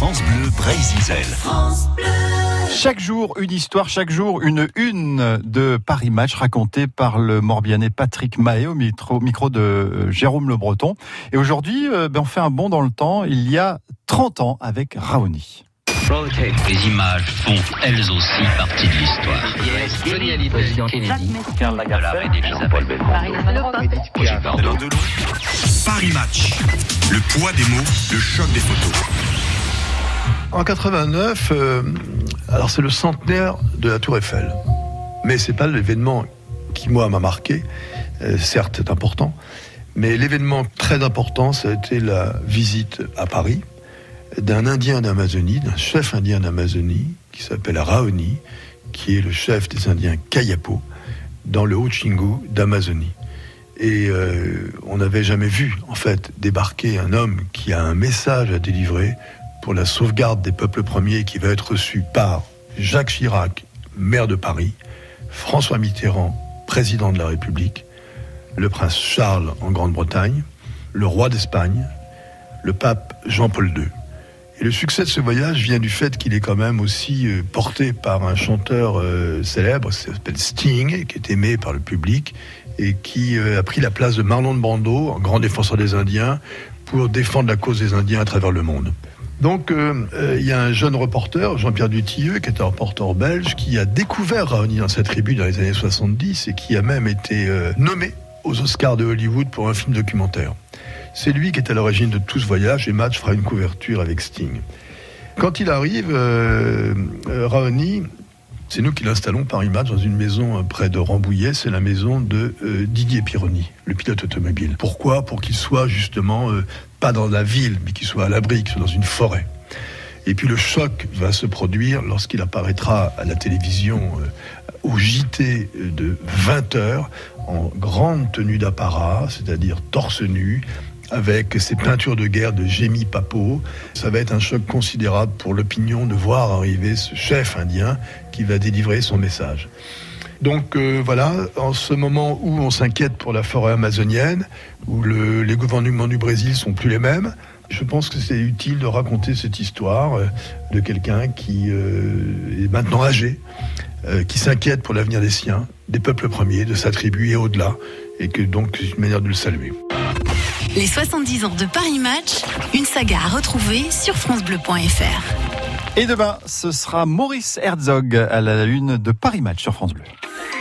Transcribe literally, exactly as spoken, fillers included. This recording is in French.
France Bleu Brésil. France Bleu. Chaque jour, une histoire, chaque jour, une une de Paris Match racontée par le Morbihanais Patrick Mahé au micro, micro de Jérôme Le Breton. Et aujourd'hui, euh, ben on fait un bond dans le temps, il y a trente ans avec Raoni. Les images font elles aussi partie de l'histoire. Johnny Hallyday, président Kennedy, Karl Lagerfeld, Jean-Paul Belmondo. Paris Match. Le poids des mots, le choc des photos. En quatre-vingt-neuf, euh, alors c'est le centenaire de la Tour Eiffel. Mais c'est pas l'événement qui, moi, m'a marqué. Euh, certes, c'est important. Mais l'événement très important, ça a été la visite à Paris d'un Indien d'Amazonie, d'un chef indien d'Amazonie, qui s'appelle Raoni, qui est le chef des Indiens Kayapo, dans le Haut-Xingu d'Amazonie. Et euh, on n'avait jamais vu, en fait, débarquer un homme qui a un message à délivrer pour la sauvegarde des peuples premiers, qui va être reçu par Jacques Chirac, maire de Paris, François Mitterrand, président de la République, le prince Charles en Grande-Bretagne, le roi d'Espagne, le pape Jean-Paul deux. Et le succès de ce voyage vient du fait qu'il est quand même aussi euh, porté par un chanteur euh, célèbre, qui s'appelle Sting, qui est aimé par le public, et qui euh, a pris la place de Marlon Brando, un grand défenseur des Indiens, pour défendre la cause des Indiens à travers le monde. Donc, euh, euh, il y a un jeune reporter, Jean-Pierre Dutilleux, qui est un reporter belge, qui a découvert Raoni dans sa tribu dans les années soixante-dix et qui a même été euh, nommé aux Oscars de Hollywood pour un film documentaire. C'est lui qui est à l'origine de tout ce voyage et Match fera une couverture avec Sting. Quand il arrive, euh, euh, Raoni, c'est nous qui l'installons Paris Match dans une maison près de Rambouillet, c'est la maison de euh, Didier Pironi, le pilote automobile. Pourquoi ? Pour qu'il soit justement euh, pas dans la ville, mais qu'il soit à l'abri, qu'il soit dans une forêt. Et puis le choc va se produire lorsqu'il apparaîtra à la télévision euh, au J T de vingt heures en grande tenue d'apparat, c'est-à-dire torse nu, avec ses peintures de guerre de Gémy Papo. Ça va être un choc considérable pour l'opinion de voir arriver ce chef indien qui va délivrer son message. Donc euh, voilà, en ce moment où on s'inquiète pour la forêt amazonienne, où le, les gouvernements du Brésil sont plus les mêmes, je pense que c'est utile de raconter cette histoire euh, de quelqu'un qui euh, est maintenant âgé, euh, qui s'inquiète pour l'avenir des siens, des peuples premiers, de sa tribu et au-delà, et que donc c'est une manière de le saluer. Les soixante-dix ans de Paris Match, une saga à retrouver sur francebleu point f r. Et demain, ce sera Maurice Herzog à la une de Paris Match sur France Bleu.